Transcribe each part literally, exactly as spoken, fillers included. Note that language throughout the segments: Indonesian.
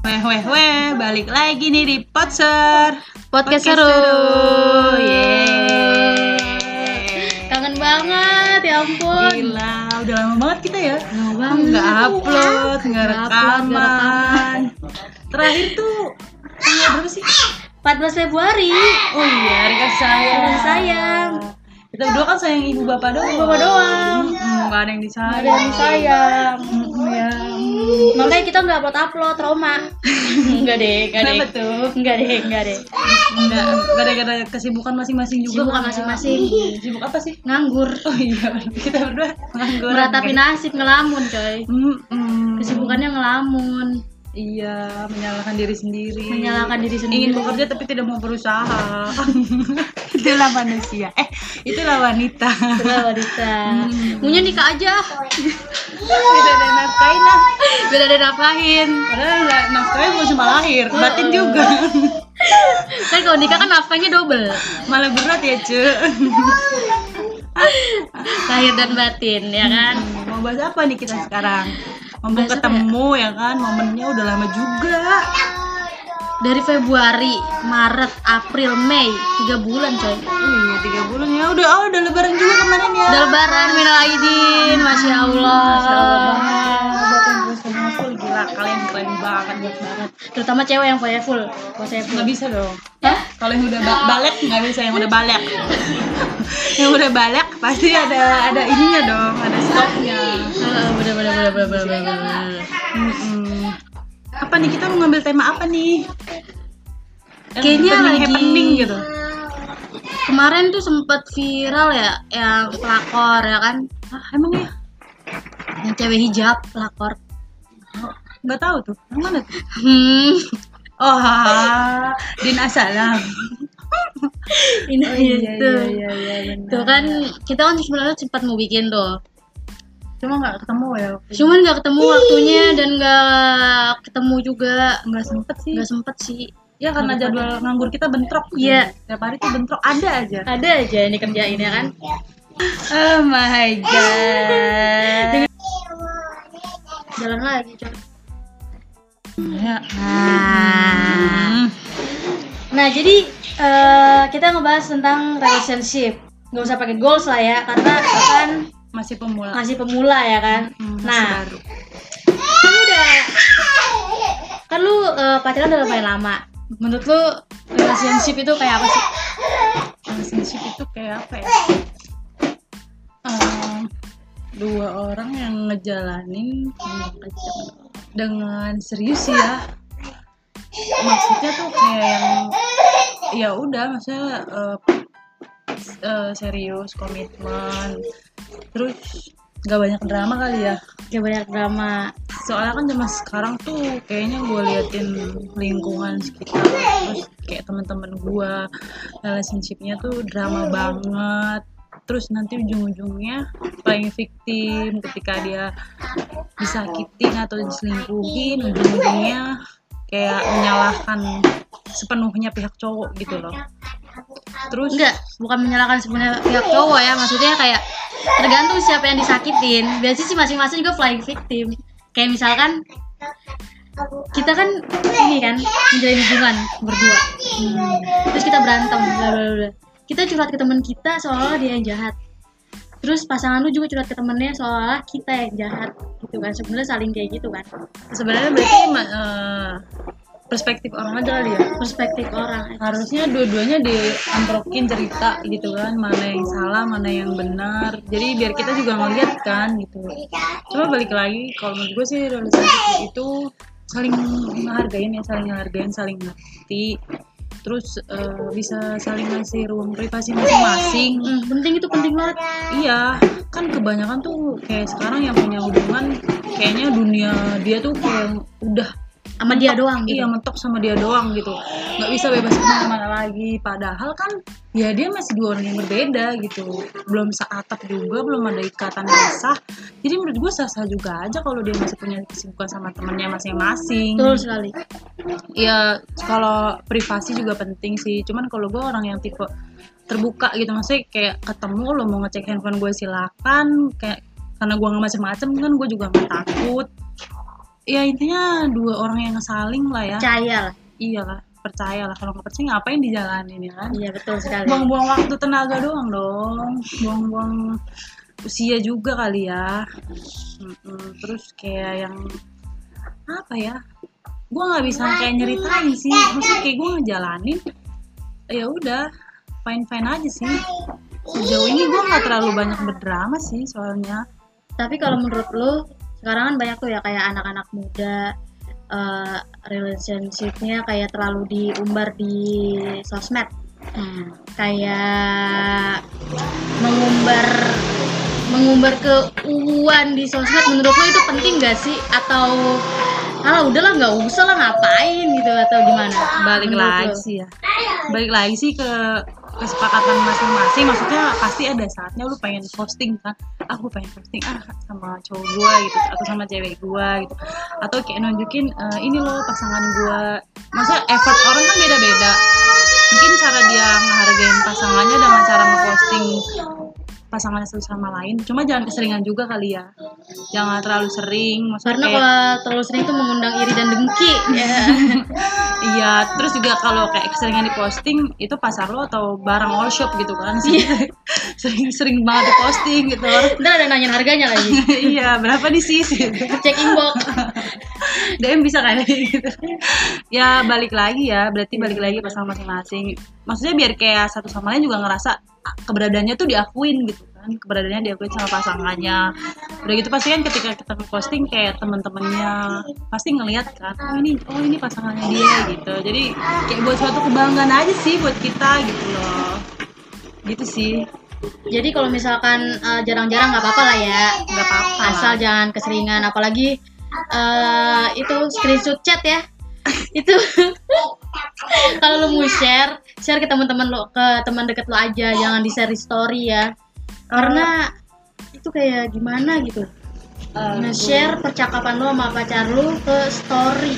Weh weh weh, balik lagi nih di Podser Podcast, Podcast seru, seru. Yeay. Kangen banget, ya ampun. Gila, udah lama banget kita ya Lama banget. Nggak upload, nggak Nggak upload, nggak rekaman. Terakhir tuh tanggal berapa sih? empat belas Februari. Oh iya, hari kasih sayang. Hari kasih sayang. Kita berdua kan sayang ibu bapak doang. Ibu bapak doang. Mm-mm, Nggak ada yang disayang. Ada yang sayang. Mm-mm, ya. Makanya kita nggak upload-upload, trauma. Enggak deh, enggak deh. Kenapa tuh? Enggak deh, enggak deh. Enggak, gara-gara kesibukan masing-masing juga. Sibukan kan ya. masing-masing. Sibuk apa sih? Nganggur. Oh iya, kita berdua nganggur. Meratapi nasib, ngelamun, coy. Mm-mm. Kesibukannya ngelamun, Iya, menyalahkan diri sendiri. menyalahkan diri sendiri. Ingin bekerja tapi tidak mau berusaha. Itulah manusia. Eh, itulah wanita. Itulah wanita. Hmm. Maunya nikah aja. Tidak ada nafkahin lah. Biar ada nafkahin. Padahal nggak nafkahin bukan cuma lahir, batin juga. Kan kalau nikah kan nafkahnya double. Malah berat ya, cu. Lahir dan batin, ya kan? Hmm, mau bahas apa nih kita sekarang? Mumpung Bahas apa ketemu ya kan, momennya udah lama juga. Dari Februari, Maret, April, Mei, tiga bulan, coy. Iya, tiga bulan ya. Udah, oh, udah lebaran juga kemarin ya. Udah lebaran, minal aidin, masya Allah. Masya Allah banget. Buat yang gue sama full, gila. Kalian keren banget, buat banget. Terutama cewek yang punya full, puasa full. Nggak bisa dong. Hah? Kalau yang udah ba- balik nggak bisa, yang udah balik. Yang udah balik pasti ada ada ininya dong, ada stoknya. Ah, bener bener bener bener bener bener. Mm-mm. Apa nih, kita mau ngambil tema apa nih? Yang Kayaknya happening, lagi- happening gitu. Kemarin tuh sempet viral ya, yang pelakor ya kan, Ah, emang ya? yang cewek hijab pelakor. Oh, nggak tahu tuh. Yang mana tuh? Hmm, Oh, Din Asalam. ini Oh, iya, itu. iya, iya, iya, benar. Tuh kan kita kan sebenarnya sempat mau bikin tuh. Cuma nggak ketemu ya. Cuman nggak ketemu waktunya dan nggak ketemu juga, nggak sempet sih. nggak sempet sih. Ya karena jadwal nganggur kita bentrok. Iya. Tiap hari tuh bentrok ada aja. Ada aja yang dikerjain ya kan. Oh my god. Jalan lagi coy. Ya. Nah, nah jadi eh, kita ngebahas tentang relationship. Nggak usah pakai goals lah ya, karena kan Masih pemula. masih pemula ya kan. Hmm, masih Nah, baru. kan lu udah kan lu eh, pacaran udah lumayan lama. Menurut lu relationship itu kayak apa sih? Relationship itu kayak apa ya? Ehm, dua orang yang ngejalanin dengan serius sih ya. Maksudnya tuh kayak yang ya udah, maksudnya eh, eh, serius, komitmen, terus gak banyak drama kali ya. Kayak banyak drama. Soalnya kan zaman sekarang tuh kayaknya gue liatin lingkungan sekitar, terus kayak teman-teman gue relationshipnya tuh drama banget. Terus nanti ujung-ujungnya playing victim ketika dia disakitin atau diselingkuhin, ujung-ujungnya kayak menyalahkan sepenuhnya pihak cowok gitu loh. Terus Enggak, bukan menyalahkan sebenarnya pihak cowok ya, maksudnya kayak tergantung siapa yang disakitin. Biasanya sih masing-masing juga flying victim. Kayak misalkan kita kan ini kan menjalin hubungan berdua, hmm. terus kita berantem, bla bla bla. Kita curhat ke teman kita seolah-olah dia yang jahat. Terus pasangan lu juga curhat ke temennya seolah-olah kita yang jahat, gitu kan? Sebenarnya saling kayak gitu kan? sebenarnya berarti uh, perspektif orang aja kali ya. Perspektif orang. Harusnya dua-duanya diamprokin cerita gitu kan, mana yang salah mana yang benar, jadi biar kita juga ngeliat kan gitu. Cuma balik lagi, kalau menurut gue sih relationship itu saling menghargain ya, saling menghargain, saling ngerti, terus uh, bisa saling ngasih ruang privasi masing-masing. Hmm, penting itu penting banget. Iya, kan kebanyakan tuh kayak sekarang yang punya hubungan kayaknya dunia dia tuh kayak udah Sama dia doang gitu. Iya, mentok sama dia doang gitu, nggak bisa bebas kemana-mana lagi. Padahal kan ya dia masih dua orang yang berbeda gitu, belum seatap juga, belum ada ikatan yang sah. Jadi menurut gue sah-sah juga aja kalau dia masih punya kesibukan sama temennya masing-masing. Betul sekali. Ya kalau privasi juga penting sih, cuman kalau gue orang yang tipe terbuka gitu, maksudnya kayak ketemu lo mau ngecek handphone gue silakan, kayak karena gue nggak macem-macem kan, gue juga nggak takut. ya intinya dua orang yang saling lah ya. Percaya lah. Iyalah, percaya lah. Kalau nggak percaya ngapain dijalanin ya kan? Iya betul sekali. Buang-buang waktu tenaga doang dong. Buang-buang usia juga kali ya. Mm-mm. Terus kayak yang apa ya? Gue nggak bisa kayak nyeritain sih. Maksudnya kayak gue ngejalanin. Ya udah, fine-fine aja sih. Sejauh ini gue nggak terlalu banyak berdrama sih soalnya. Tapi kalau menurut lu sekarang kan banyak tuh ya kayak anak-anak muda uh, relationship-nya kayak terlalu diumbar di sosmed. Hmm. Kayak mengumbar mengumbar keuuan di sosmed, menurut lu itu penting gak sih? Atau alah udahlah nggak usah lah ngapain gitu atau gimana? Balik menurut lagi lu? sih ya. Balik lagi sih ke kesepakatan masing-masing. Maksudnya pasti ada saatnya lu pengen posting kan, aku pengen posting ah sama cowok gue gitu atau sama cewek gue gitu, atau kayak nunjukin e, ini loh pasangan gue. Maksudnya effort orang kan beda-beda, mungkin cara dia ngehargain pasangannya dengan cara ngeposting pasangannya satu sama lain, cuma jangan keseringan juga kali ya, jangan terlalu sering. Maksudnya Karena kayak, kalau terlalu sering itu mengundang iri dan dengki ya. iya, terus juga kalau kayak keseringan diposting itu pasar lo atau barang all shop gitu kan sih. Sering-sering banget diposting gitu. Ntar ada nanyain harganya lagi. Iya, berapa di sis gitu. Cek inbox. D M bisa kan gitu. Ya balik lagi ya, berarti balik lagi pasangan masing-masing. Maksudnya biar kayak satu sama lain juga ngerasa keberadaannya tuh diakuin gitu kan, keberadaannya diakuin sama pasangannya. Udah gitu pasti kan ketika kita posting kayak teman-temannya pasti ngelihat kan, oh ini oh ini pasangannya dia gitu. Jadi kayak buat suatu kebanggaan aja sih buat kita gitu loh. Gitu sih. Jadi kalau misalkan uh, jarang-jarang nggak apa-apa lah ya, Nggak apa-apa. asal jangan keseringan, apalagi uh, itu screenshot chat ya. Itu kalau lu mau share, share ke teman-teman lo, ke teman deket lo aja, jangan di share di story ya. Karena itu kayak gimana gitu. Uh, Nge-share percakapan lo sama pacar lo ke story.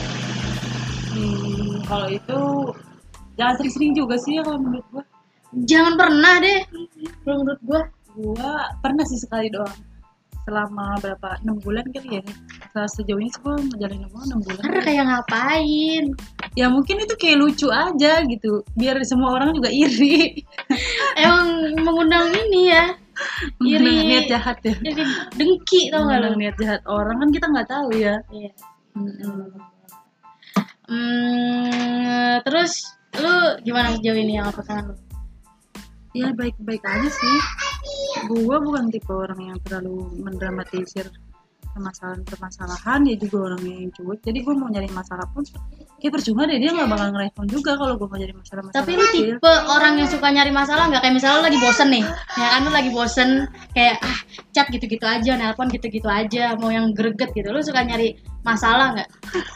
Hmm, kalau itu jangan sering-sering juga sih ya kalau menurut gua. Jangan pernah deh. Kalau menurut gua, Gua pernah sih sekali doang. Selama berapa? enam bulan kali ya. Sejauh ini sih gua ngejalanin hubungan enam bulan. karena kayak ngapain? Ya mungkin itu kayak lucu aja gitu. Biar semua orang juga iri. Emang mengundang ini ya. Iri, Niat jahat ya. iri dengki tau gak lo? Mengundang niat jahat orang kan kita nggak tahu ya. Iya. Hmm. Hmm, terus lu gimana sejauh ini yang pasangan lu? Ya baik-baik aja sih. Gua bukan tipe orang yang terlalu mendramatisir permasalahan-permasalahan. Dia juga orang yang cuek. Jadi gua mau nyari masalah pun kayak percuma deh, dia nggak bakal ngerespon juga kalau gua mau nyari masalah-masalah. Tapi lu kecil. tipe orang yang suka nyari masalah nggak? Kayak misalnya lu lagi bosen nih, ya kan lu lagi bosen kayak ah chat gitu-gitu aja, nelpon gitu-gitu aja, mau yang greget gitu. Lu suka nyari masalah nggak?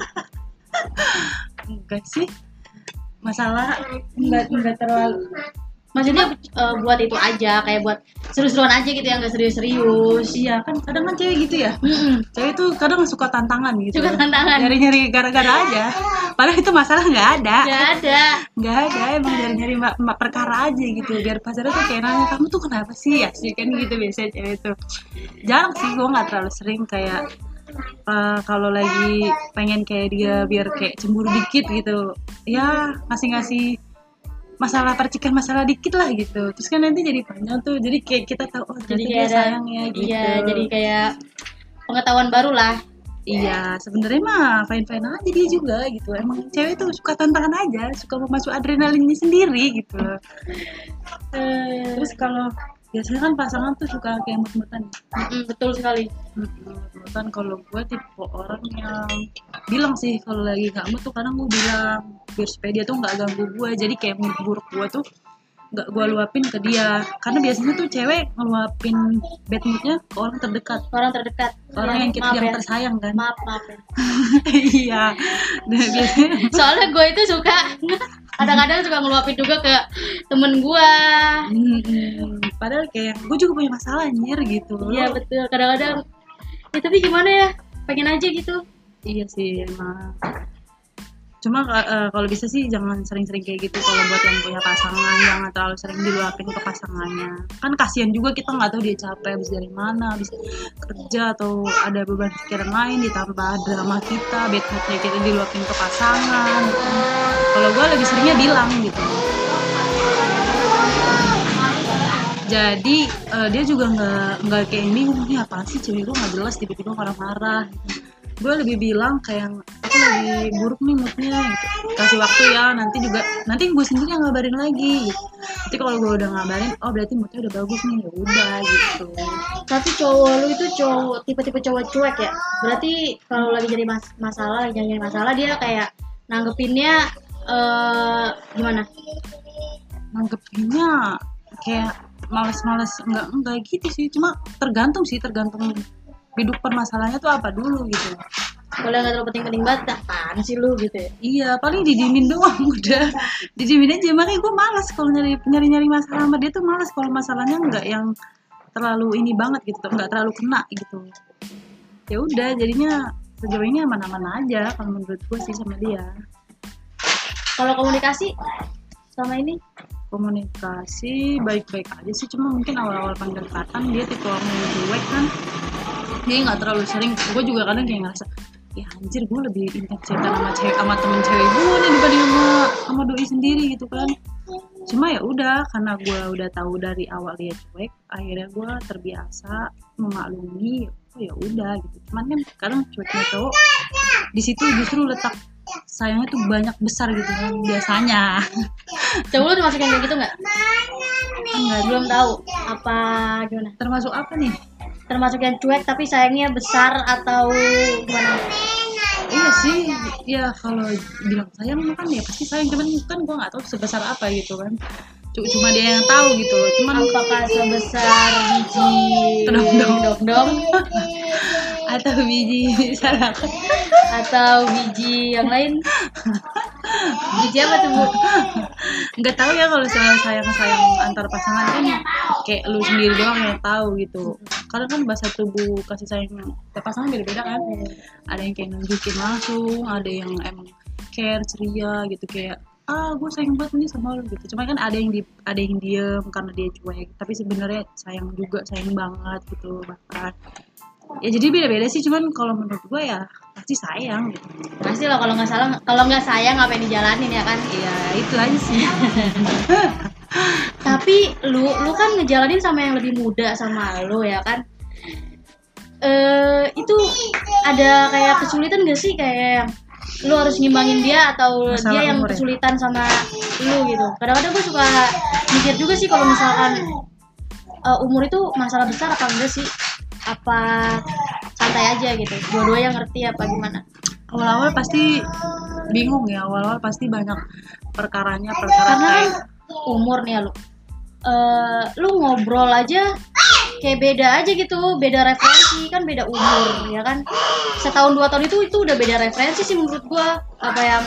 Enggak sih, masalah enggak enggak terlalu. Maksudnya uh, buat itu aja, kayak buat seru-seruan aja gitu ya, nggak serius-serius. Iya kan, kadang kan cewek gitu ya. Mm-mm. Cewek tuh kadang suka tantangan gitu. Suka tantangan. Nyari-nyari gara-gara aja. Padahal itu masalah nggak ada. Nggak ada. Nggak ada, emang nyari-nyari ma- ma- perkara aja gitu. Biar pacarnya tuh kayak nanya, kamu tuh kenapa sih? Ya sih kan gitu biasanya cewek tuh. Jarang sih, gue nggak terlalu sering kayak uh, kalau lagi pengen kayak dia biar kayak cemburu dikit gitu. Ya ngasih-ngasih masalah percikan masalah dikit lah gitu, terus kan nanti jadi panjang tuh, jadi kayak kita tahu oh Jadi ternyata kayak dia ada, sayang ya gitu. iya, jadi kayak pengetahuan baru lah. Iya, sebenarnya mah fine fine aja dia juga gitu, emang cewek tuh suka tantangan aja, suka memacu adrenalinnya sendiri gitu loh. Eh, Terus kalau biasanya kan pasangan tuh suka kayak mut-mutan. mm-mm, betul sekali. Mut-mutan kalau gue tipe orang yang bilang sih kalau lagi nggak mood tuh kadang gue bilang biar supaya dia tuh nggak ganggu gue, jadi kayak mood buruk gue tuh nggak gue luapin ke dia, karena biasanya tuh cewek ngeluapin bad moodnya ke orang terdekat, Orang terdekat, orang yang kita maaf yang ya. tersayang kan. Maaf, maaf ya. Iya. Dan biasanya Soalnya gue itu suka kadang-kadang suka ngeluapin juga ke temen gue. Hmm, padahal kayak gue juga punya masalah anjir gitu. Iya betul, kadang-kadang ya tapi gimana ya, pengen aja gitu. Iya sih emang. Cuma uh, kalau bisa sih jangan sering-sering kayak gitu. Kalau buat yang punya pasangan jangan terlalu sering diluapin ke pasangannya. Kan kasihan juga, kita nggak tahu dia capek habis dari mana, habis kerja atau ada beban pikiran lain, ditambah drama kita, bad moodnya kita diluapin ke pasangan. Gitu. Kalau gue lebih seringnya bilang gitu. Jadi uh, dia juga nggak nggak kayak ini, ini apa sih cewek gue nggak jelas tiba-tiba marah-marah. Gitu. Gue lebih bilang kayak aku lagi buruk nih moodnya gitu. Kasih waktu ya, nanti juga nanti gue sendiri yang ngabarin lagi gitu. Nanti kalau gue udah ngabarin, oh berarti moodnya udah bagus nih, ya udah gitu. Tapi cowok lu itu cowok tipe-tipe cowok cuek ya, berarti kalau lagi jadi mas masalah lagi jadi masalah dia kayak nanggepinnya uh, gimana? Nanggepinnya kayak males-males, enggak enggak gitu sih, cuma tergantung sih tergantung hidup permasalahannya tuh apa dulu gitu. Kalau nggak terlalu penting-penting banget, apaan sih lu gitu ya? Iya, paling didiemin doang udah. Didiemin aja, makanya gue malas kalau nyari nyari nyari masalah sama dia tuh malas kalau masalahnya nggak yang terlalu ini banget gitu, nggak terlalu kena gitu. Ya udah, jadinya sejauh ini aman-aman aja kalau menurut gue sih sama dia. Kalau komunikasi sama ini? Komunikasi baik-baik aja sih, cuma mungkin awal-awal pendekatan dia tipe orang yang cuek kan, dia nggak terlalu sering. Gue juga kadang kayak ngerasa, ya anjir gue lebih intens cerita sama cewek sama temen cewek gue nih dibanding sama sama doi sendiri gitu kan. Cuma ya udah, karena gue udah tahu dari awal dia cuek, akhirnya gue terbiasa memaklumi. Oh ya udah gitu. Cuman kan kadang cueknya cowok di situ justru letak sayangnya tuh banyak besar gitu kan biasanya. Coba lu termasuk yang kayak gitu nggak? Enggak, belum tahu apa gimana. Termasuk apa nih? Termasuk yang cuek tapi sayangnya besar atau gimana? Iya sih, ya kalau bilang sayang kan ya pasti sayang, cuman kan gue nggak tahu sebesar apa gitu kan. Cuma dia yang tahu gitu loh. Cuman apakah sebesar biji dong dong dong atau biji salak atau biji yang lain? Biji apa tuh Bu? Nggak tahu ya, kalau soal sayang-sayang antar pasangan kan kayak lu sendiri doang yang tahu gitu. Karena kan bahasa tubuh kasih sayang tiap pasangan beda-beda kan. Ada yang kayak nunjukin langsung, ada yang emang care, ceria gitu, kayak ah gue sayang banget nih sama lu gitu. Cuma kan ada yang di, ada yang diem karena dia cuek, tapi sebenarnya sayang juga, sayang banget gitu bahkan. Ya jadi beda-beda sih, cuman kalau menurut gue ya pasti sayang gitu. Pasti lah, kalau nggak salah, kalau nggak sayang ngapain dijalanin ya kan? Iya itu aja sih. Tapi lu lu kan ngejalanin sama yang lebih muda sama lu ya kan? Eh itu ada kayak kesulitan gak sih, kayak lu harus ngimbangin dia atau masalah dia yang umur kesulitan ya sama lu gitu? Kadang-kadang gue suka mikir juga sih kalau misalkan uh, umur itu masalah besar apa enggak sih? Apa santai aja gitu, dua-duanya ngerti apa gimana? Awal-awal pasti bingung ya, awal-awal pasti banyak perkaranya, perkara karena kayak kan umur nih ya lu uh, lu ngobrol aja kayak beda aja gitu, beda referensi kan, beda umur ya kan. Setahun dua tahun itu itu udah beda referensi sih menurut gua. Apa yang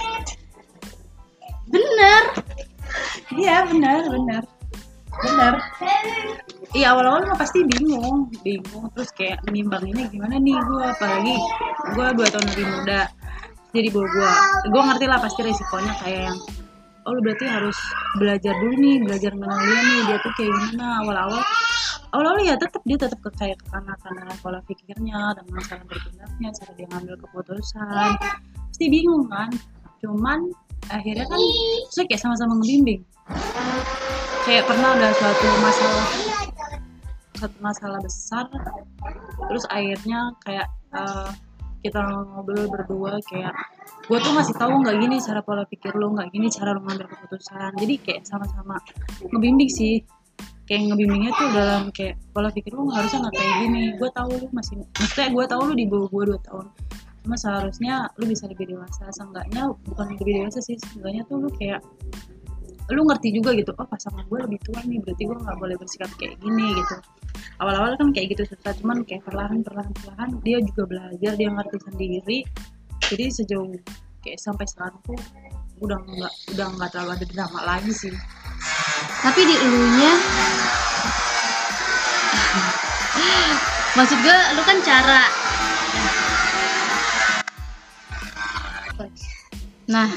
benar? Iya benar benar benar. Iya awal-awal mah pasti bingung, bingung terus kayak nimbanginnya gimana nih gue, apalagi gue dua tahun lebih muda. Jadi bawa gue, gue ngerti lah pasti resikonya kayak yang, oh lu berarti harus belajar dulu nih, belajar mengenal dia nih, dia tuh kayak gimana awal-awal. Awal-awal ya tetap dia tetap ke kayak kekanak-kanakan pola pikirnya, dengan cara bertindaknya, cara dia ngambil keputusan, pasti bingung kan. Cuman akhirnya kan saya kayak sama-sama ngebimbing. Kayak pernah ada suatu masalah satu masalah besar, terus akhirnya kayak uh, kita ngobrol berdua kayak gue tuh masih tahu nggak gini cara pola pikir lo, nggak gini cara lo ngambil keputusan. Jadi kayak sama-sama ngebimbing sih, kayak ngebimbingnya tuh dalam kayak pola pikir lo harusnya nggak kayak gini. Gue tahu lo masih, maksudnya gue tahu lo di bawah gue dua tahun, cuma seharusnya lo bisa lebih dewasa. Seenggaknya bukan lebih dewasa sih, seenggaknya tuh lo kayak lu ngerti juga gitu, oh pasangan gue lebih tua nih, berarti gue nggak boleh bersikap kayak gini gitu. Awal-awal kan kayak gitu susah, cuman kayak perlahan perlahan perlahan dia juga belajar, dia ngerti sendiri. Jadi sejauh kayak sampai sekarang tuh udah nggak udah nggak terlalu ada drama lagi sih. Tapi di elunya maksud gue, lu kan cara Nah,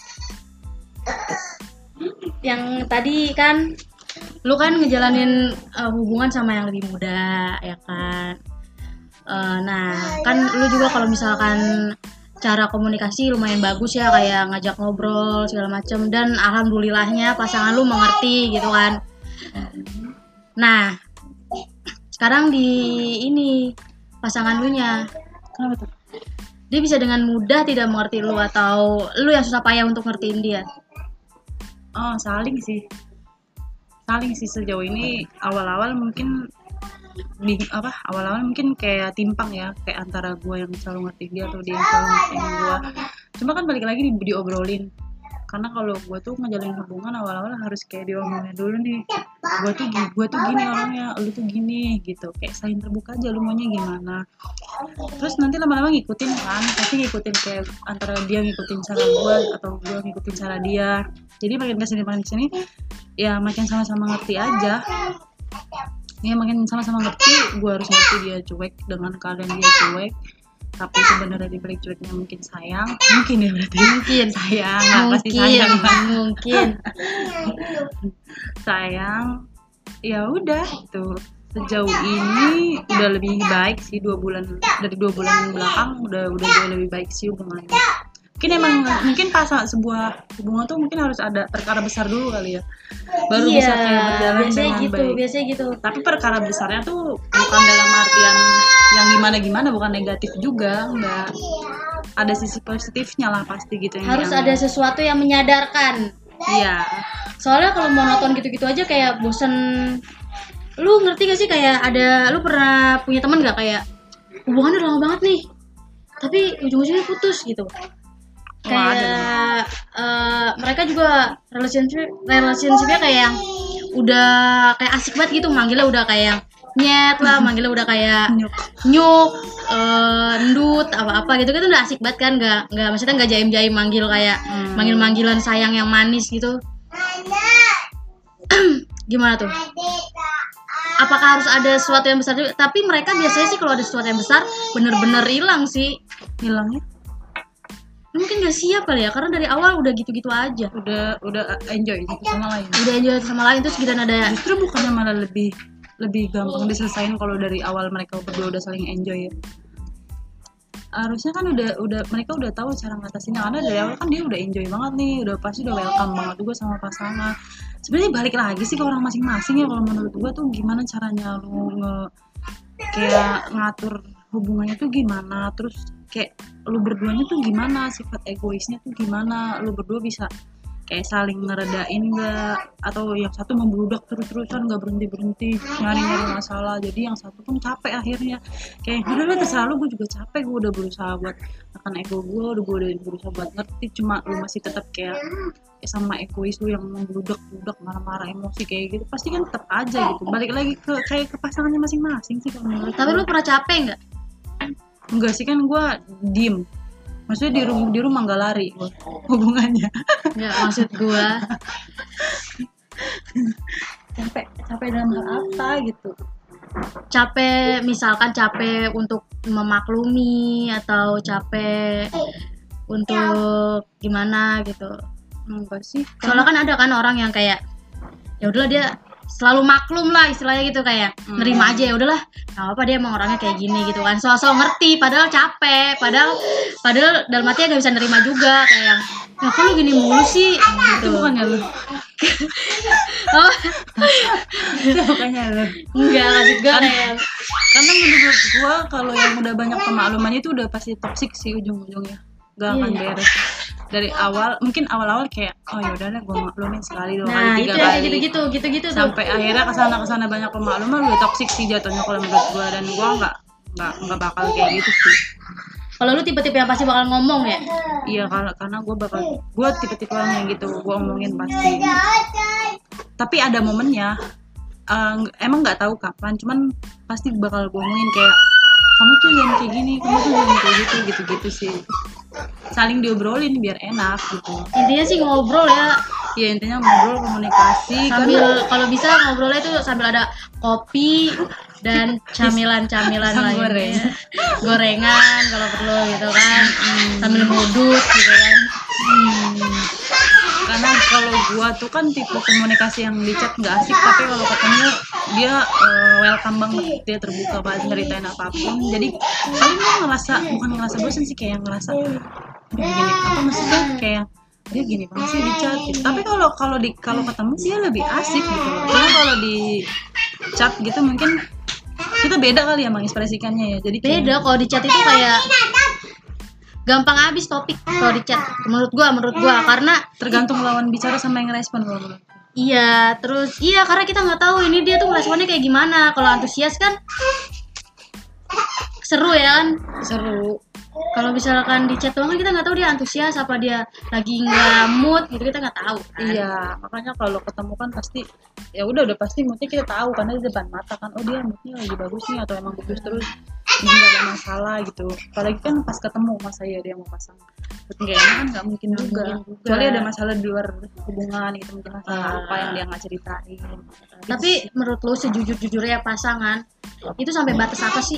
yang tadi kan lu kan ngejalanin uh, hubungan sama yang lebih muda, ya kan? Uh, nah, kan lu juga kalau misalkan cara komunikasi lumayan bagus ya, kayak ngajak ngobrol segala macem, dan alhamdulillahnya pasangan lu mengerti gitu kan. Nah, sekarang di ini pasangan lu nya, Kenapa tuh? dia bisa dengan mudah tidak mengerti lu atau lu yang susah payah untuk ngertiin dia? Oh, saling sih. Saling sih sejauh ini. Awal-awal mungkin di apa awal-awal mungkin kayak timpang ya, kayak antara gue yang selalu ngerti dia atau dia yang selalu ngertiin gue. Cuma kan balik lagi di, diobrolin, karena kalau gue tuh ngejalin hubungan awal-awal harus kayak diomongin dulu nih, gue tuh gue tuh gini orangnya, lu tuh gini gitu, kayak saling terbuka aja lu maunya gimana. Terus nanti lama-lama ngikutin kan, pasti ngikutin kayak antara dia ngikutin cara gue atau gue ngikutin cara dia. Jadi makin kesini makin kesini ya makin sama-sama ngerti aja. Ya makin sama-sama ngerti, gue harus ngerti dia cuek dengan keadaan dia cuek, tapi sebenarnya di balik cueknya mungkin sayang, mungkin ya berarti Mungkin sayang, nggak pasti mungkin sayang kan. mungkin Sayang, ya udah tuh sejauh ini udah lebih baik sih, dua bulan dari dua bulan belakang udah udah jauh lebih baik sih hubungannya. Mungkin emang mungkin pas sebuah hubungan tuh mungkin harus ada perkara besar dulu kali ya, baru iya, bisa kayak berjalan biasanya dengan gitu baik. biasanya gitu Tapi perkara besarnya tuh bukan dalam artian yang gimana-gimana, bukan negatif juga, enggak. Ada sisi positifnya lah pasti gitu. Yang harus yang- ada sesuatu yang menyadarkan. Iya. Soalnya kalau monoton gitu-gitu aja kayak bosen. Lu ngerti gak sih, kayak ada, lu pernah punya teman gak kayak hubungannya udah lama banget nih tapi ujung-ujungnya putus gitu. Wah, Kayak eh, mereka juga relationship relationshipnya kayak yang udah kayak asik banget gitu, manggilnya udah kayak yang nyet lah, manggilnya udah kayak Nyuk. nyuk, eh, ndut, apa-apa gitu kan udah asik banget kan, nggak nggak maksudnya nggak jaim-jaim manggil kayak Hmm. manggil-manggilan sayang yang manis gitu. Gimana tuh? Apakah harus ada sesuatu yang besar juga? Tapi mereka biasanya sih kalau ada sesuatu yang besar bener-bener hilang sih. Hilangnya Mungkin gak siap kali ya, karena dari awal udah gitu-gitu aja. udah udah enjoy satu sama lain. Udah aja sama lain, terus giliran ada Justru bukannya malah lebih lebih gampang diselesain kalau dari awal mereka berdua udah saling enjoy ya. Harusnya kan udah udah mereka udah tahu cara ngatasinnya, karena dari awal kan dia udah enjoy banget nih, udah pasti udah welcome banget juga sama pasangan. Sebenarnya balik lagi sih ke orang masing-masing ya, kalau menurut gua tuh gimana caranya lu nge kayak ngatur hubungannya tuh gimana, terus kayak lu berduanya tuh gimana, sifat egoisnya tuh gimana, lu berdua bisa kayak saling ngeredain nggak, atau yang satu membludak terus-terusan nggak berhenti-berhenti nyari-nyari masalah, jadi yang satu pun capek akhirnya kayak udah lah terserah lu, gue juga capek, gue udah berusaha buat akan ego gue, udah gue udah berusaha buat ngerti, cuma lu masih tetap kayak, kayak sama egois lu yang membludak-bludak marah-marah emosi kayak gitu, pasti kan tetap aja gitu. Balik lagi ke kayak ke pasangannya masing-masing sih kalau menurut tapi gue. lu pernah capek nggak? Enggak sih, kan gue diem, maksudnya di rumah di rumah nggak lari gua hubungannya. Nggak, maksud gua capek capek dalam hal apa gitu. capek, misalkan capek untuk memaklumi atau capek untuk gimana gitu. Enggak sih, Soalnya kan ada kan orang yang kayak ya udahlah dia selalu maklum lah istilahnya gitu, kayak Hmm. nerima aja, ya udahlah nggak apa dia emang orangnya kayak gini gitu kan, soal-soal ngerti padahal capek, padahal padahal dalam hatinya nggak bisa nerima juga, kayak ya kok lu gini mulu sih itu gitu. bukannya lu. Oh Itu bukannya lu. enggak, maksud gue kayak Karena menurut gua kalau yang udah banyak pemaklumannya itu udah pasti toksik sih ujung-ujungnya. Gak akan Iya. beres. Dari awal, mungkin awal-awal kayak oh ya udah deh gua maklumin sekali, dua nah kali, itu tiga yang kayak kali. gitu-gitu gitu-gitu tuh. Sampai akhirnya kesana kesana banyak pemakluman udah toksik sih jatuhnya kalau menurut gua, dan gua nggak nggak nggak bakal kayak gitu sih. Kalau lu tipe-tipe yang pasti bakal ngomong ya. Iya, karena karena gue bakal gue tipe-tipe orang yang gitu, gue omongin pasti. Tapi ada momennya, eh, emang nggak tahu kapan, cuman pasti bakal gue omongin kayak kamu tuh jangan kayak gini, kamu tuh jangan kayak gitu, gitu-gitu sih. Saling diobrolin biar enak gitu. Intinya sih ngobrol ya, Ya intinya ngobrol, komunikasi. sambil Karena kalau bisa ngobrolnya itu sambil ada kopi dan camilan-camilan Pisang lainnya, gorengan kalau perlu gitu kan, sambil ngudut gitu kan. Hmm, karena kalau gua tuh kan tipe komunikasi yang di chat nggak asik, tapi kalau ketemu dia uh, welcome banget, dia terbuka banget ceritain apapun. Jadi paling gua ngerasa, bukan ngerasa bosan sih, kayak ngerasa "Duh, gini apa maksudnya kayak dia gini banget sih di chat gitu." Tapi kalau kalau di kalau ketemu dia lebih asik gitu loh. Karena kalau di chat gitu mungkin kita beda kali ya mengekspresikannya ya. Jadi kayak Beda kalau di chat itu kayak gampang habis topik kalau di chat. Menurut gua, menurut gua karena tergantung lawan bicara sama yang respon kalau menurut. iya, terus iya karena kita nggak tahu ini dia tuh responnya kayak gimana. Kalau antusias kan seru ya kan. Seru. Kalau misalkan di chat doang kan kita nggak tahu dia antusias apa dia lagi nggak mood gitu, kita nggak tahu kan. Iya, makanya kalau ketemu kan pasti ya udah udah pasti moodnya kita tahu karena di depan mata kan, oh dia moodnya lagi bagus nih atau emang bagus terus nggak ada masalah gitu. Apalagi kan pas ketemu masa ya dia mau pasang nggak enak kan nggak mungkin Nggak juga. mungkin juga. Kecuali ada masalah di luar hubungan gitu, mungkin masalah Ah. apa yang dia nggak ceritain. Tapi menurut lu sejujur-jujurnya pasangan itu sampai batas apa sih?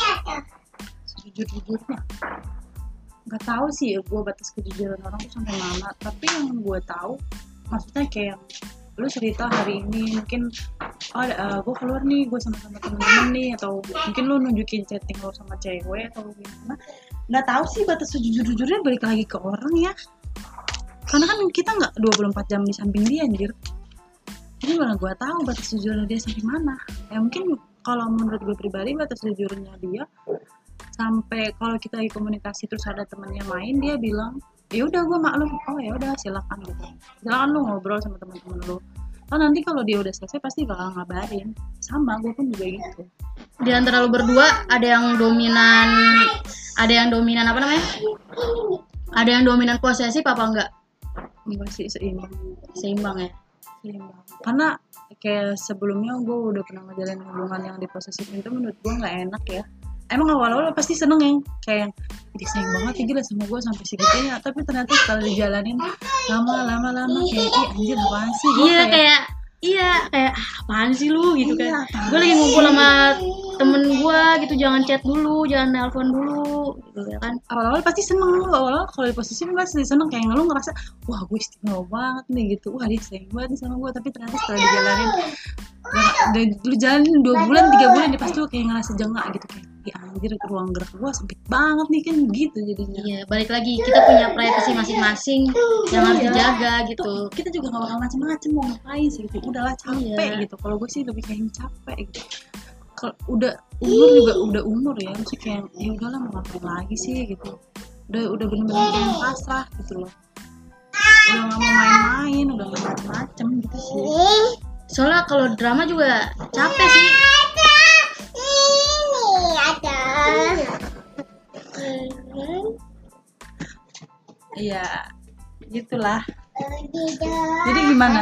Jujur-jujurnya nggak tahu sih ya gue batas kejujuran orang tuh sampai mana, tapi yang gue tahu maksudnya kayak yang lu cerita hari ini mungkin oh uh, gue keluar nih gue sama sama temen-temen nih, atau mungkin lu nunjukin chatting lo sama cewek atau gimana, nggak tahu sih batas sejujur-jujurnya, balik lagi ke orang ya, karena kan kita nggak dua puluh empat jam di samping dia anjir. Jadi mana gue tahu batas jujurnya dia sampai mana. Ya mungkin kalau menurut gue pribadi batas jujurnya dia sampai kalau kita lagi komunikasi terus ada temannya main, dia bilang ya udah gue maklum, oh ya udah silakan gitu, silakan lu ngobrol sama teman-teman lu. Oh nanti kalau dia udah selesai pasti bakal ngabarin. Sama gue pun juga gitu. Di antara lu berdua ada yang dominan, ada yang dominan apa namanya? Ada yang dominan posesif apa enggak? Enggak sih, seimbang. Seimbang ya. Seimbang. Karena kayak sebelumnya gue udah pernah ngejalanin hubungan yang diposesif itu, menurut gue nggak enak ya. Emang awal-awal pasti seneng ya, kayak dia sayang banget ya gila sama gue sampai segitunya, tapi ternyata setelah dijalanin lama-lama-lama kayak ih anjir apaan sih. Gua Iya kayak iya kayak ah, apaan sih lu gitu Iya, kan. apaan Gue lagi ngumpul sama temen gue gitu, jangan chat dulu, jangan nelpon dulu gitu ya kan. awal-awal pasti seneng lu, awal-awal kalau di posisi pasti seneng, kayak lu ngerasa wah gue istimewa banget nih gitu, wah dia sayang banget nih sama gue, tapi ternyata setelah dijalanin udah lu jalanin dua bulan tiga bulan dia pasti lu kayak ngerasa jengak gitu, kayak ya anjir ruang gerak gue sempit banget nih kan gitu jadinya. Iya balik lagi kita punya privasi masing-masing yang harus dijaga gitu. Tuh, kita juga gak bakal macem-macem mau ngapain sih gitu, udahlah capek Iya. gitu. Kalau gue sih lebih kayak capek gitu. Kalau udah umur juga udah umur ya, maksudnya kayak ya udahlah mau ngapain lagi sih gitu. Udah udah bener-bener kayak pasrah gitu loh. Udah gak mau main-main, udah gak macem-macem gitu sih. Soalnya kalau drama juga capek sih. Iya, gitulah. Jadi gimana?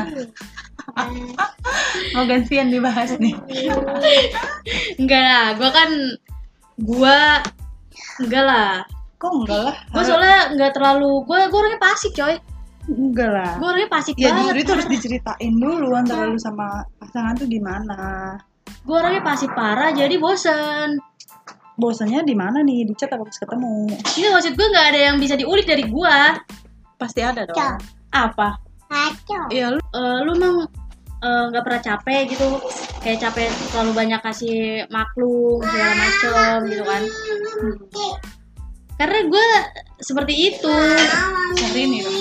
Mau gantian dibahas nih? Enggak lah, gue kan gue enggak lah. Kok enggak lah? Gue soalnya enggak terlalu, gue gue orangnya pasif coy. Enggak lah. Gue orangnya pasif Ya banget. jujur itu harus diceritain dulu antara lu sama pasangan tuh gimana. Gue orangnya pasif parah, jadi bosen. Bosannya di mana nih? Di chat apa pas ketemu? Ini maksud gue nggak ada yang bisa diulik dari gue. Pasti ada dong. Apa? Iya lu Eh, lu emang eh, nggak pernah capek gitu, kayak capek terlalu banyak kasih maklum segala macem gitu kan? Karena gue seperti itu. hari ini dong.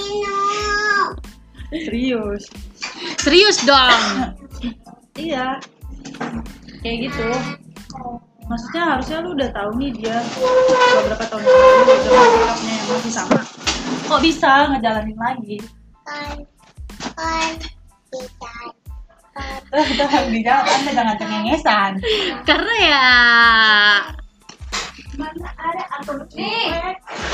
Serius. Serius dong. Iya. Kayak gitu. Maksudnya harusnya lu udah tahu nih dia beberapa tahun yang lalu dengan sikapnya yang masih sama. Kok bisa ngejalanin lagi? Eh, udah di jalan, anda jangan cengengesan. Karena ya Mana ada atau nih?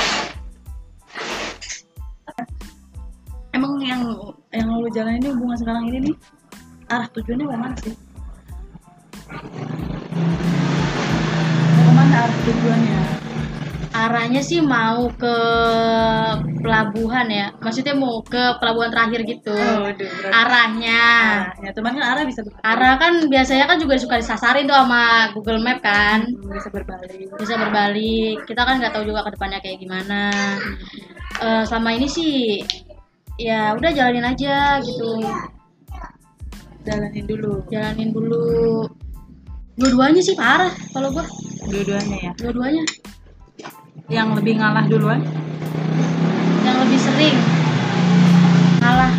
Emang yang yang lu jalanin ini hubungan sekarang ini nih arah tujuannya kemana sih? Mau kemana arah tujuannya? arahnya sih mau ke pelabuhan ya, maksudnya mau ke pelabuhan terakhir gitu. Oh, aduh, berarti Arahnya, arahnya. Cuman kan arah bisa berbalik. arah kan biasanya kan juga suka disasarin tuh sama Google Map kan, Hmm, bisa berbalik. bisa berbalik. Kita kan nggak tahu juga ke depannya kayak gimana. Eh, selama ini sih ya udah jalanin aja gitu, Jalanin dulu. jalanin dulu. Dua-duanya sih parah kalau gua, Dua-duanya ya. dua-duanya. Yang lebih ngalah duluan. Yang lebih sering ngalah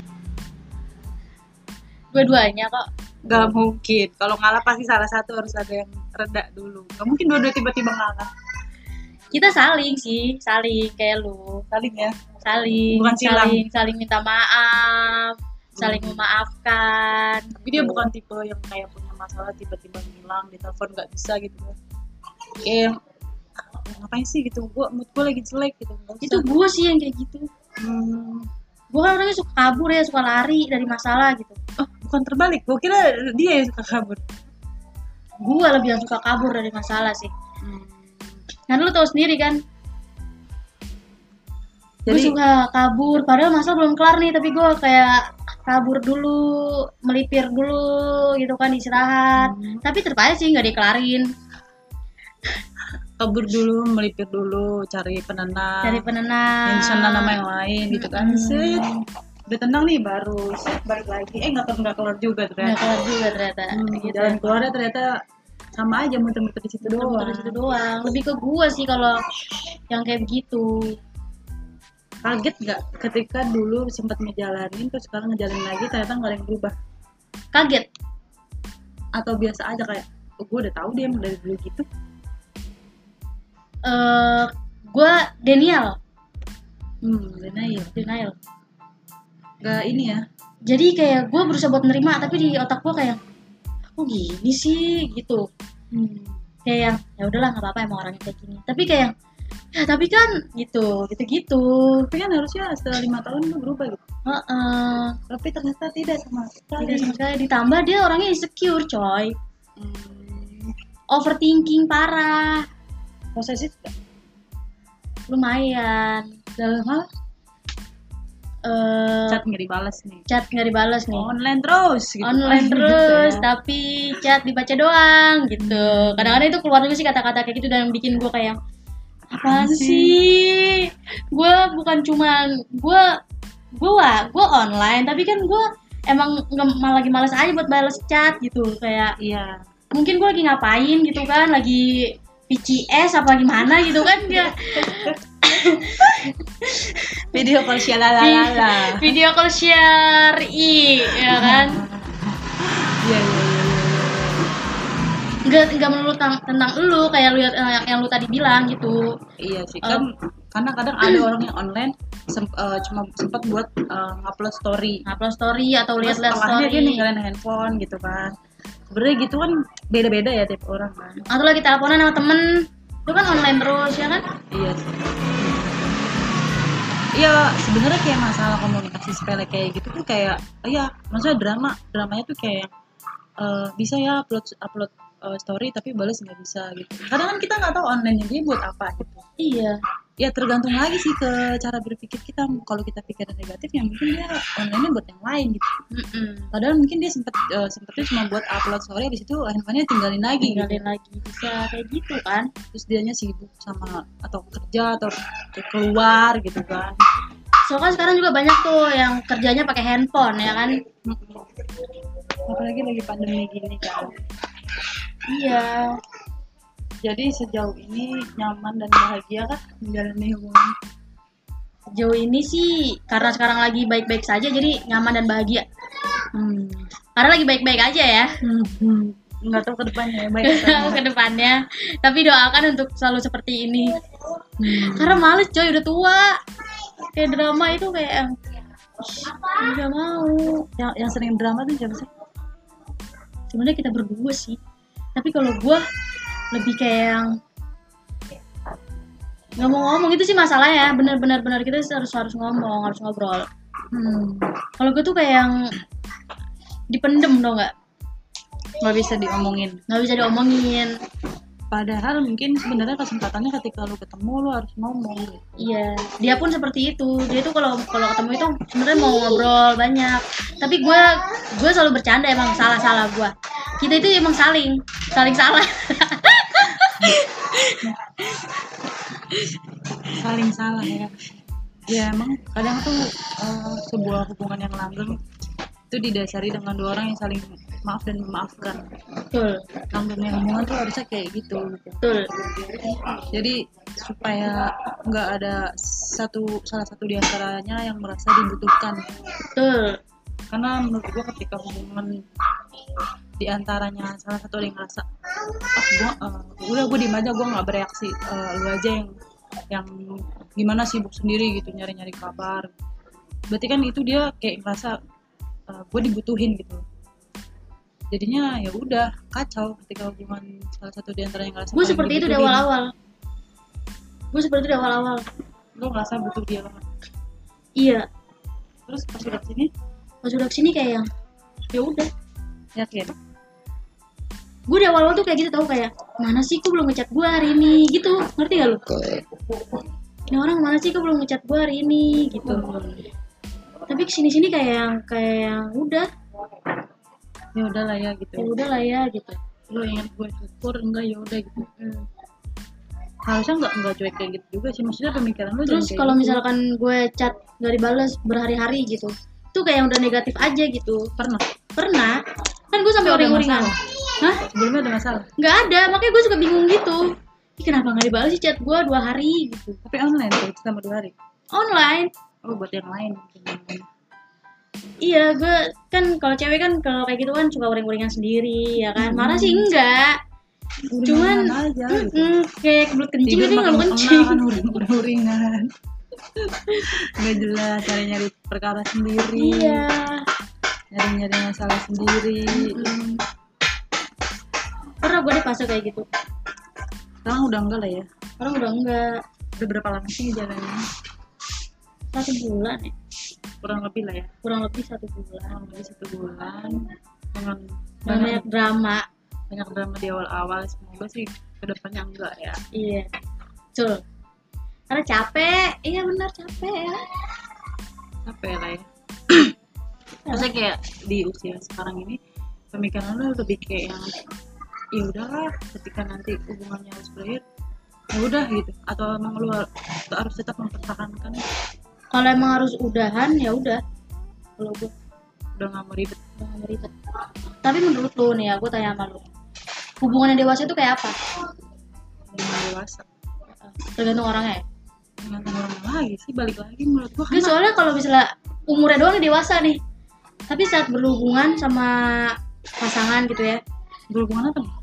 dua-duanya kok. Gak mungkin. Kalau ngalah pasti salah satu harus ada yang reda dulu. Gak mungkin dua-dua tiba-tiba ngalah. Kita saling sih, saling kayak lu, Saling ya. saling, Bukan silang. saling, saling minta maaf, saling memaafkan. Tapi dia bukan tipe yang kayak punya masalah tiba-tiba ngilang di telepon nggak bisa gitu. Kayak yang "Ah, ngapain sih gitu? Gua mood gua lagi jelek gitu. Nggak Itu usah." gue sih yang kayak gitu. Hmm. Gue kan orangnya suka kabur ya, suka lari dari masalah gitu. Oh, bukan terbalik. Gua kira dia yang suka kabur. Gue lebih yang suka kabur dari masalah sih. Hmm. Kan lu tahu sendiri kan, gue Jadi suka kabur. Padahal masalah belum kelar nih, tapi gue kayak kabur dulu, melipir dulu gitu kan, istirahat. Hmm. Tapi tetep aja sih nggak dikelarin. kabur dulu, melipir dulu, cari penenang. Cari penenang. yang sana nama yang lain gitu kan. Hmm. Set. Udah tenang nih baru set balik lagi. Eh nggak nggak keluar juga Nggak ternyata. kelar juga ternyata. Hmm, Gitu. jalan keluarnya ternyata sama aja muter-muter di situ doang. Muter-muter di situ doang. Lebih ke gue sih kalau yang kayak begitu. Kaget nggak ketika dulu sempat ngejalanin terus sekarang ngejalanin lagi ternyata nggak ada yang berubah? Kaget. Atau biasa aja kayak oh, gue udah tahu dia emang dari dulu gitu. Eh, gue denial, Hmm, denial. denial. Gak ini ya. Jadi kayak gue berusaha buat nerima, tapi di otak gue kayak, oh gini sih gitu. Hmm. Kayak yang ya udahlah nggak apa-apa emang orangnya kayak gini. Tapi kayak yang, ya tapi kan gitu, gitu-gitu. Tapi kan harusnya setelah lima tahun lu berubah gitu. Heeh. Tapi ternyata tidak sama sekali. Tidak sama sekali. Ditambah dia orangnya insecure coy, Hmm. overthinking parah, Posesif gak? lumayan. Dalam hal Eh, chat nggak dibalas nih. chat nggak dibalas nih. Online terus gitu. Online Gitu terus, ya. tapi chat dibaca doang gitu. Kadang-kadang itu keluar juga sih kata-kata kayak gitu dan bikin gue kayak apaan sih? Gue bukan cuman gue gue wah gue online, tapi kan gue emang nggak malah lagi malas aja buat balas chat gitu. Kayak Iya. mungkin gue lagi ngapain gitu kan, lagi P C S apa gimana gitu kan dia. Video call syalalala. Video call share i ya kan. Iya iya iya. Nggak nggak melulu tentang, tentang lu kayak lu yang, yang lu tadi bilang gitu. Iya sih kan karena kadang ada orang yang online sem- eh, cuma sempat buat eh, ngupload story. Upload story atau Terus lihat-lihat setelahnya story dia ninggalin handphone gitu kan. Sebenarnya gitu kan beda-beda ya tiap orang kan. atau lagi teleponan sama temen, itu kan online terus ya kan. Iya sih. Iya sebenarnya kayak masalah komunikasi sepele kayak gitu tuh kayak iya maksudnya drama dramanya tuh kayak eh, bisa ya upload upload eh, story tapi balas nggak bisa gitu. Kadang kan kita nggak tahu online dia buat apa gitu. Iya, Ya tergantung lagi sih ke cara berpikir kita. Kalau kita pikirnya negatif ya mungkin dia online buat yang lain gitu. mm-mm. Padahal mungkin dia sempet eh, sempetnya cuma buat upload story habis itu handphonenya tinggalin lagi gitu. Tinggalin lagi bisa kayak gitu kan. Terus dianya sibuk sama atau kerja atau keluar gitu kan. So kan sekarang juga banyak tuh yang kerjanya pakai handphone ya kan. Apalagi lagi pandemi gini kan. Iya, Jadi sejauh ini nyaman dan bahagia kan menjalani hubungan. sejauh ini sih karena sekarang lagi baik-baik saja jadi nyaman dan bahagia. Hmm. Karena lagi baik-baik aja ya. Hmm. Nggak tahu ke depannya baik atau enggak. Ke depannya. Tapi doakan untuk selalu seperti ini. Hmm. Karena males coy, udah tua. Kayak drama itu kayak yang nggak mau. Yang, yang sering drama tuh siapa sih? Sebenarnya kita berdua sih. Tapi kalau gua lebih kayak yang nggak mau ngomong, itu sih masalahnya. Benar-benar benar kita harus harus ngomong, harus ngobrol. Hmm. Kalau gue tuh kayak yang dipendem dong nggak, Nggak bisa diomongin. nggak bisa diomongin. Padahal mungkin sebenarnya kesempatannya ketika lu ketemu lu harus ngomong gitu. Iya, dia pun seperti itu. Dia tuh kalau kalau ketemu itu sebenarnya mau ngobrol banyak. Tapi gue gue selalu bercanda, emang salah-salah gue. Kita itu emang saling saling salah. Saling salah ya. Ya emang kadang tuh uh, sebuah hubungan yang langgeng itu didasari dengan dua orang yang saling maaf dan memaafkan. Betul. Langgengnya hubungan tuh harusnya kayak gitu. Betul. Jadi supaya nggak ada satu salah satu diantaranya yang merasa dibutuhkan. Betul. Karena menurut gua ketika hubungan diantaranya salah satu yang ngerasa ah gua uh, udah gua diem aja, gua nggak bereaksi, uh, lu aja yang yang gimana sibuk sendiri gitu nyari-nyari kabar. Berarti kan itu dia kayak ngerasa uh, gue dibutuhin gitu. Jadinya ya udah kacau ketika hubungan salah satu di antara yang ngerasa. Gue seperti itu di awal-awal. Gue seperti itu di awal-awal. Gue ngerasa butuh dia banget. Iya. Terus pas udah kesini? Pas udah kesini kayak yang ya udah. Yakin? Gue di awal-awal tuh kayak gitu tau, kayak mana sih kok belum ngechat gue hari ini gitu, ngerti gak lu? Ini orang mana sih kok belum ngechat gue hari ini gitu. Hmm. Tapi kesini-sini kayak yang kayak yang udah. Ya udah lah ya gitu. Ya udah lah ya gitu. Lo ingat gue syukur enggak ya udah gitu. Hmm. Harusnya nggak nggak cuek kayak gitu juga sih, maksudnya pemikiran lo. Terus kalau gitu, misalkan gue chat nggak dibales berhari-hari gitu, itu kayak yang udah negatif aja gitu. Pernah? Pernah. Kan gue sampai uring-uringan. Hah? Sebelumnya ada masalah? Nggak ada, makanya gue suka bingung gitu. Ih, kenapa nggak dibalas sih chat gue dua hari gitu? Tapi online tuh selama dua hari? Online. Oh, buat yang lain. Iya, gue kan kalau cewek kan kalau kayak gitu kan suka uring-uringan sendiri, ya kan? Marah sih enggak. Uring Cuman aja, mm, gitu. mm, kayak kebelut kencing gitu nggak mau kencing. Uring-uringan. Nggak jelas, nyari-nyari perkara sendiri. Iya. Nyari-nyari masalah sendiri. Mm. Pernah gue deh fase kayak gitu. Sekarang udah enggak lah ya? Sekarang udah enggak. Udah berapa lama sih jalannya? Satu bulan ya? Kurang lebih lah ya? Kurang lebih satu bulan. Kurang lebih satu bulan. Dengan banyak, banyak drama. Banyak drama di awal-awal. Semoga sih kedepannya enggak ya. Iya. Betul. Karena capek. Iya benar capek ya. Capek lah ya. Maksudnya kayak di usia sekarang ini pemikiran lo lebih kayak yang ya udahlah, ketika nanti hubungannya harus berakhir ya udah gitu, atau emang lu harus tetap mempertahankan? Kalau emang harus udahan ya udah, kalau gue udah nggak mau ribet. Udah nggak mau ribet. Tapi menurut lu nih ya, gue tanya sama lu, hubungan yang dewasa itu kayak apa? Hubungan dewasa tergantung orangnya ya? Tergantung orangnya lagi sih, balik lagi menurut gue. Karena soalnya kalau misalnya umurnya doang nih dewasa nih, tapi saat berhubungan sama pasangan gitu ya, berhubungan apa nih?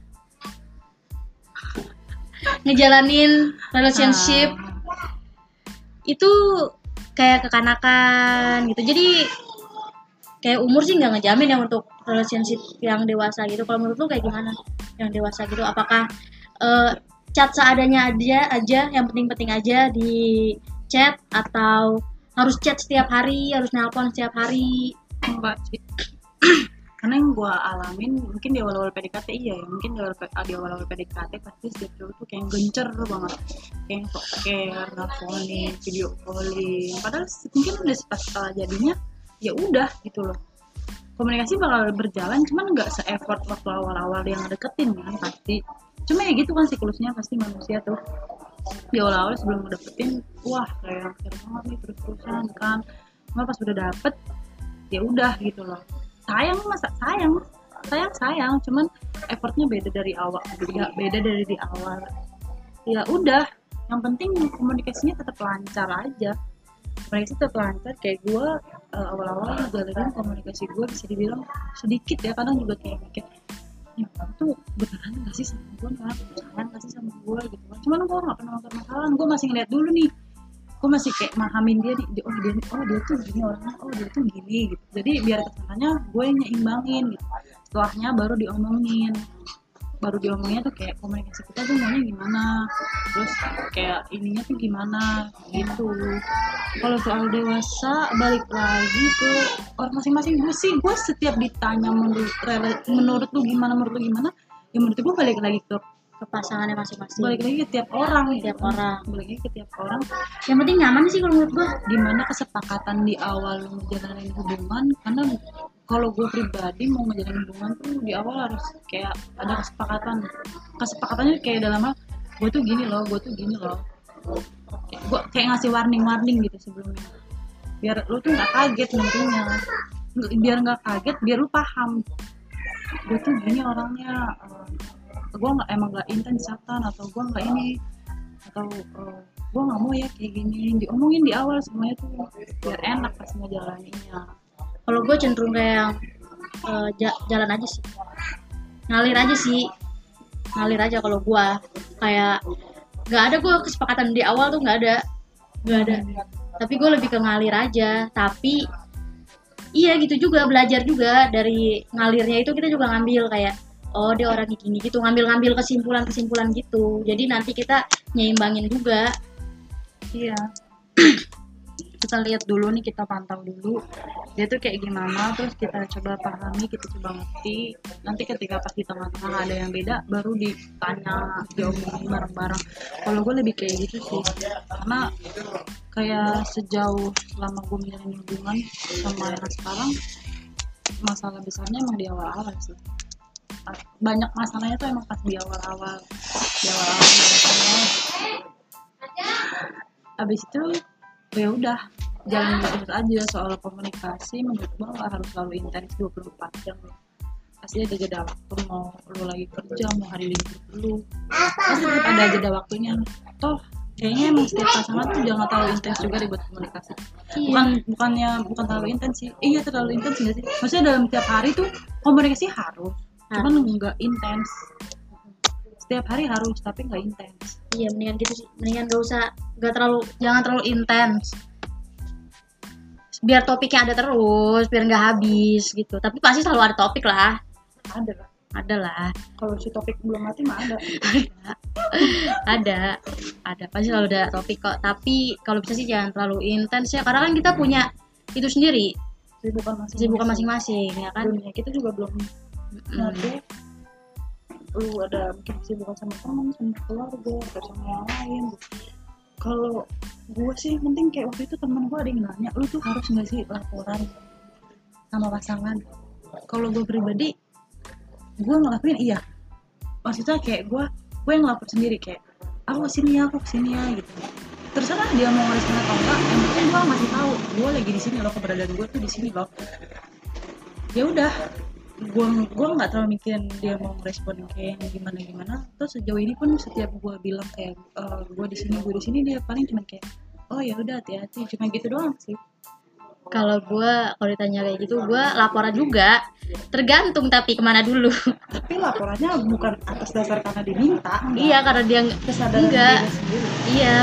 Ngejalanin relationship ah. itu kayak kekanakan gitu. Jadi kayak umur sih nggak ngejamin yang untuk relationship yang dewasa gitu. Kalau menurut lu kayak gimana yang dewasa gitu? Apakah uh, chat seadanya aja aja yang penting-penting aja di chat, atau harus chat setiap hari, harus nelpon setiap hari? Enggak sih. Karena yang gue alamin mungkin di awal-awal P D K T iya ya, mungkin di awal di awal-awal P D K T pasti setiap cowok tuh kayak gencer banget, kayak sok care, nelfonin, video calling. Padahal mungkin udah pas setelah jadinya ya udah gitu loh, komunikasi bakal berjalan, cuman nggak se-effort waktu awal-awal dia ngedeketin kan pasti. Cuma ya gitu kan siklusnya pasti manusia tuh, di awal-awal sebelum ngedeketin wah kayak care banget nih terus-terusan kan, cuma pas udah dapet ya udah gitu loh. Sayang masa sayang sayang sayang cuman effortnya beda dari awal, beda beda dari di awal. Ya udah, yang penting komunikasinya tetap lancar aja, komunikasi tetap lancar. Kayak gue uh, awal-awal jalanin komunikasi gue bisa dibilang sedikit ya, kadang juga kayak mikir ya kamu tuh beneran gak sih sama gue, kan sayang gak sih sama gue gitu kan. Cuman gue gak pernah permasalahan, gue masih ngeliat dulu nih, gue masih kayak mahamin dia nih, oh dia oh dia tuh gini orangnya, oh dia tuh gini gitu. Jadi biar kesannya gue yang nyeimbangin gitu. Setelahnya baru diomongin, baru diomongnya tuh kayak komunikasi kita tuh maunya gimana, terus kayak ininya tuh gimana gitu. Kalau soal dewasa balik lagi ke orang masing-masing. Gue sih gue setiap ditanya menurut menurut lu gimana, menurut lu gimana, ya menurut gue balik lagi ke ke pasangannya masing-masing. Balik lagi ke tiap orang, tiap orang. Balik lagi ke tiap orang. Yang penting nyaman sih kalau menurut gue. Gimana kesepakatan di awal menjalani hubungan, karena kalau gue pribadi mau ngejalanin hubungan tuh di awal harus kayak ada kesepakatan. Kesepakatannya kayak dalam hal gue tuh gini loh, gue tuh gini loh. Kayak, gue kayak ngasih warning-warning gitu sebelumnya. Biar lu tuh nggak kaget nantinya. Biar nggak kaget, biar lu paham. Gue tuh gini orangnya. Uh, gue nggak emang nggak intens setan atau gue nggak ini atau uh, gue nggak mau ya kayak gini. Diomongin di awal semuanya tuh biar enak pas ngejalaninnya. Kalau gue cenderung kayak yang uh, j- jalan aja sih, ngalir aja sih, ngalir aja kalau gue kayak nggak ada gue kesepakatan di awal tuh nggak ada, nggak ada. Tapi gue lebih ke ngalir aja. Tapi iya gitu juga, belajar juga dari ngalirnya itu kita juga ngambil kayak oh dia orangnya gini gitu, ngambil-ngambil kesimpulan-kesimpulan gitu. Jadi nanti kita nyeimbangin juga. Iya. Kita lihat dulu nih, kita pantau dulu dia tuh kayak gimana, terus kita coba pahami, kita coba ngerti. Nanti ketika pas di tengah-tengah ada yang beda baru ditanya, diomongin bareng-bareng. Kalau gue lebih kayak gitu sih, karena kayak sejauh selama gue menjalani hubungan sama yang sekarang, masalah besarnya emang di awal-awal sih. Banyak masalahnya tuh emang pas di awal-awal di awal-awal masalahnya. Abis itu ya udah jalan terus aja. Soal komunikasi menurut gue nggak harus selalu intens dua puluh empat jam. Pasti ada jeda waktu, mau lu lagi kerja, mau hari libur lu, pasti tetap ada jeda waktunya. Toh kayaknya emang setiap pasangan tuh jangan terlalu intens juga dibuat komunikasi. Bukan bukannya bukan terlalu intens sih, iya terlalu intens nggak sih? Maksudnya dalam tiap hari tuh komunikasi harus, cuman nggak intens. Setiap hari harus tapi nggak intens. Iya mendingan gitu sih, mendingan gak usah, gak terlalu, jangan terlalu intens. Biar topiknya ada terus, biar nggak habis gitu. Tapi pasti selalu ada topik lah. Ada lah. Ada lah. Kalau si topik belum mati mah ada. ada. ada. Ada. Pasti selalu ada topik kok. Tapi kalau bisa sih jangan terlalu intens ya. Karena kan kita punya itu sendiri. Sibukan masing-masing. Sibukan masing-masing ya kan. Dunia kita juga belum nyatu. Lu ada mungkin kesibukan sama teman, sama keluarga, atau sama yang lain. Kalau gue sih penting kayak waktu itu teman gue ada yang nanya, lu tuh harus nggak sih laporan sama pasangan? Kalau gue pribadi, gue ngelakuin iya. Maksudnya kayak gue, gue yang lapor sendiri kayak, aku kesini ya, aku kesini ya gitu. Terserah dia mau ngerespon atau enggak, yang penting gue masih tahu, gue lagi di sini loh, keberadaan gue tuh di sini loh. Ya udah. gue gue nggak terlalu mikirin dia mau respon kayak gimana gimana. Terus sejauh ini pun setiap gue bilang kayak e, gue di sini gue di sini dia paling cuma kayak oh ya udah hati-hati, cuma gitu doang sih. Kalau gue kalau ditanya kayak gitu gue laporan juga, tergantung tapi kemana dulu. Tapi laporannya bukan atas dasar karena diminta. Iya karena dia kesadaran enggak diri sendiri. Iya.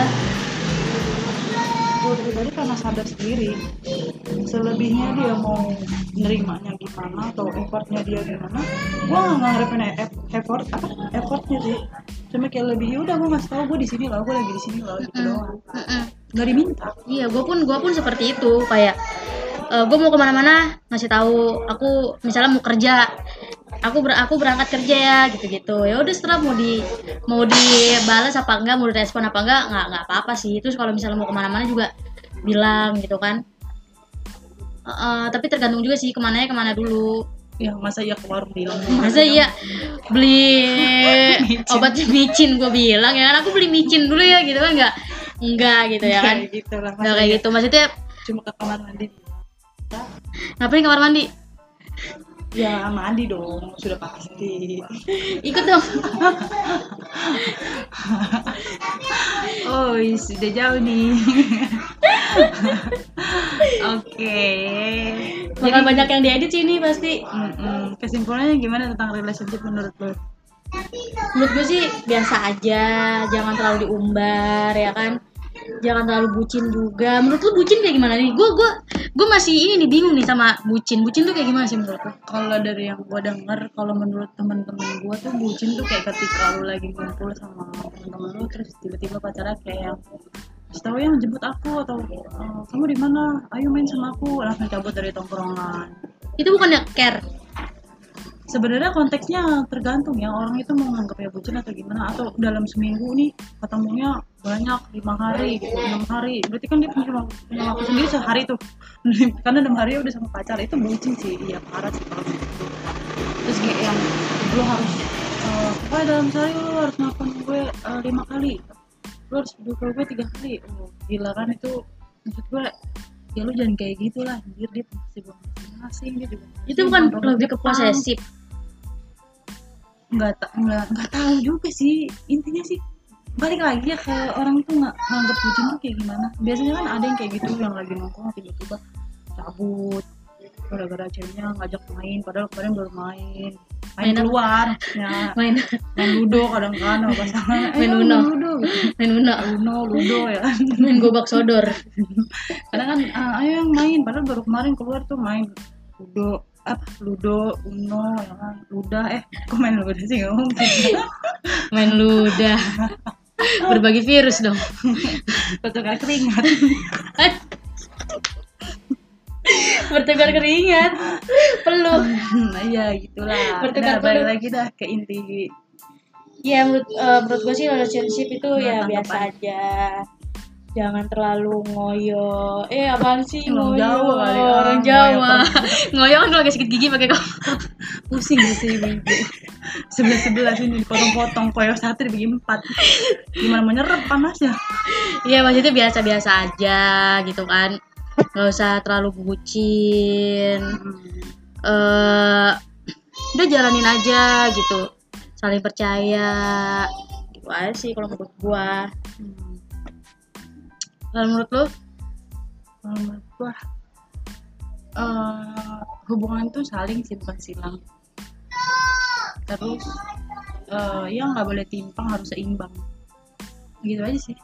Gue pribadi karena sadar sendiri, selebihnya dia mau nerimanya gimana atau effortnya dia gimana, gue nggak ngarepin effort apa effortnya sih, cuma kayak lebih ya udah gue ngasih tahu gue di sini loh, gue lagi di sini loh gitu Mm-mm. doang, Mm-mm. nggak diminta. Iya gue pun gue pun seperti itu kayak uh, gue mau kemana-mana ngasih tahu aku misalnya mau kerja, aku ber, aku berangkat kerja ya gitu-gitu. Ya udah setelah mau di mau dibalas apa enggak, mau direspon apa enggak, nggak nggak apa-apa sih. Terus kalau misalnya mau kemana-mana juga bilang gitu kan. Uh, uh, tapi tergantung juga sih kemananya kemana dulu. Ya masa iya ke warung bilang, Masa iya beli obat micin gue bilang ya kan, aku beli micin dulu ya gitu kan, nggak nggak gitu ya kan, kayak gitu lah, nggak kayak gitu maksudnya. Cuma ke kamar mandi. Ngapain kamar mandi? Ya mandi dong, sudah pasti. Ikut dong. Oh sudah jauh nih. Oke. Bakal banyak yang diedit sih ini pasti. Mm-mm. Kesimpulannya gimana tentang relationship menurut lo? Menurut gue sih biasa aja, jangan terlalu diumbar ya kan, jangan terlalu bucin juga. Menurut lu bucin kayak gimana nih? Gue gue gue masih ini nih bingung nih sama bucin. Bucin tuh kayak gimana sih menurut lu? Kalau dari yang gue denger, kalau menurut teman-teman gue tuh bucin tuh kayak ketika lu lagi ngumpul sama teman-teman lu terus tiba-tiba pacarnya kayak yang setahu yang jemput aku atau e, kamu di mana? Ayo main sama aku, langsung cabut dari tongkrongan. Itu bukannya care? sebenarnya konteksnya tergantung ya, orang itu mau nganggapnya bucin atau gimana, atau dalam seminggu nih ketemunya banyak lima hari gitu, enam hari, berarti kan dia punya waktu, punya waktu sendiri sehari tuh karena enam hari udah sama pacar, itu bucin sih. Iya parah sih kalau gitu. Terus kayak yang lo harus uh, pokoknya dalam sehari lo harus ngapain gue uh, lima kali, lo harus video call gue tiga kali. Oh gila kan itu, maksud gue ya lu jangan kayak gitu lah, anjir. Dia masih belum masing-masing, dia juga Itu bukan lebih ke posesif. nggak ta- nggak nggak tahu juga sih, intinya sih balik lagi ya ke orang tuh nggak nganggap bucin tuh kayak gimana. Biasanya kan ada yang kayak gitu, yang lagi nongkrong tiba-tiba cabut gara-gara ceweknya ngajak main, padahal kemarin baru main main Main apa? keluar ya, Main main ludo kadang kan sama pasangan. Main "Ayo, Uno." ludo gitu. main Uno, Uno ludo ya kan. main gobak sodor. Kadang kan ah, ayo yang main, padahal baru kemarin keluar tuh main ludo apa ludo uno ya kan, ludah eh kok main ludo sih ngomong gitu. Main ludah. Berbagi virus dong. Bertukar keringat. Bertukar keringat. Peluk. Nah, iya gitulah. Bertukar Udah, balik peluk. lagi dah ke inti. Ya menurut eh, menurut gue sih relationship itu Menurut ya tanggapan. biasa aja. Jangan terlalu ngoyo. Eh apaan sih Orang ngoyo? Jawa kali, Orang orang Jawa. ngoyo. Ngoyo kan kalau lagi sakit gigi pakai kok. Pusing sih ibu. Sebelah sebelah sini dipotong-potong, koyo satu dibagi empat. Gimana mau nyerap panasnya? Iya maksudnya biasa-biasa aja gitu kan. Gak usah terlalu bucin. Eh udah jalanin aja gitu. Saling percaya. Gitu aja sih kalau menurut gua. Hmm. Kalau menurut lu? Kalau menurut gua eh, hubungan tuh saling sih, bukan silang. Terus eh, ya nggak boleh timpang, harus seimbang. Gitu aja sih.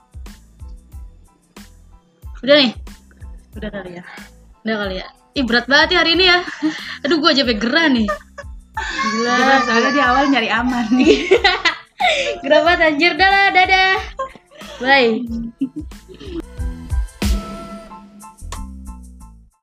Udah nih? Udah kali ya. Udah kali ya? Ih berat banget ya hari ini ya. Aduh gua aja sampai gerah nih. Gila. Jelas, soalnya di awal nyari aman. Gerah banget anjir. Dah lah, dadah. Bye.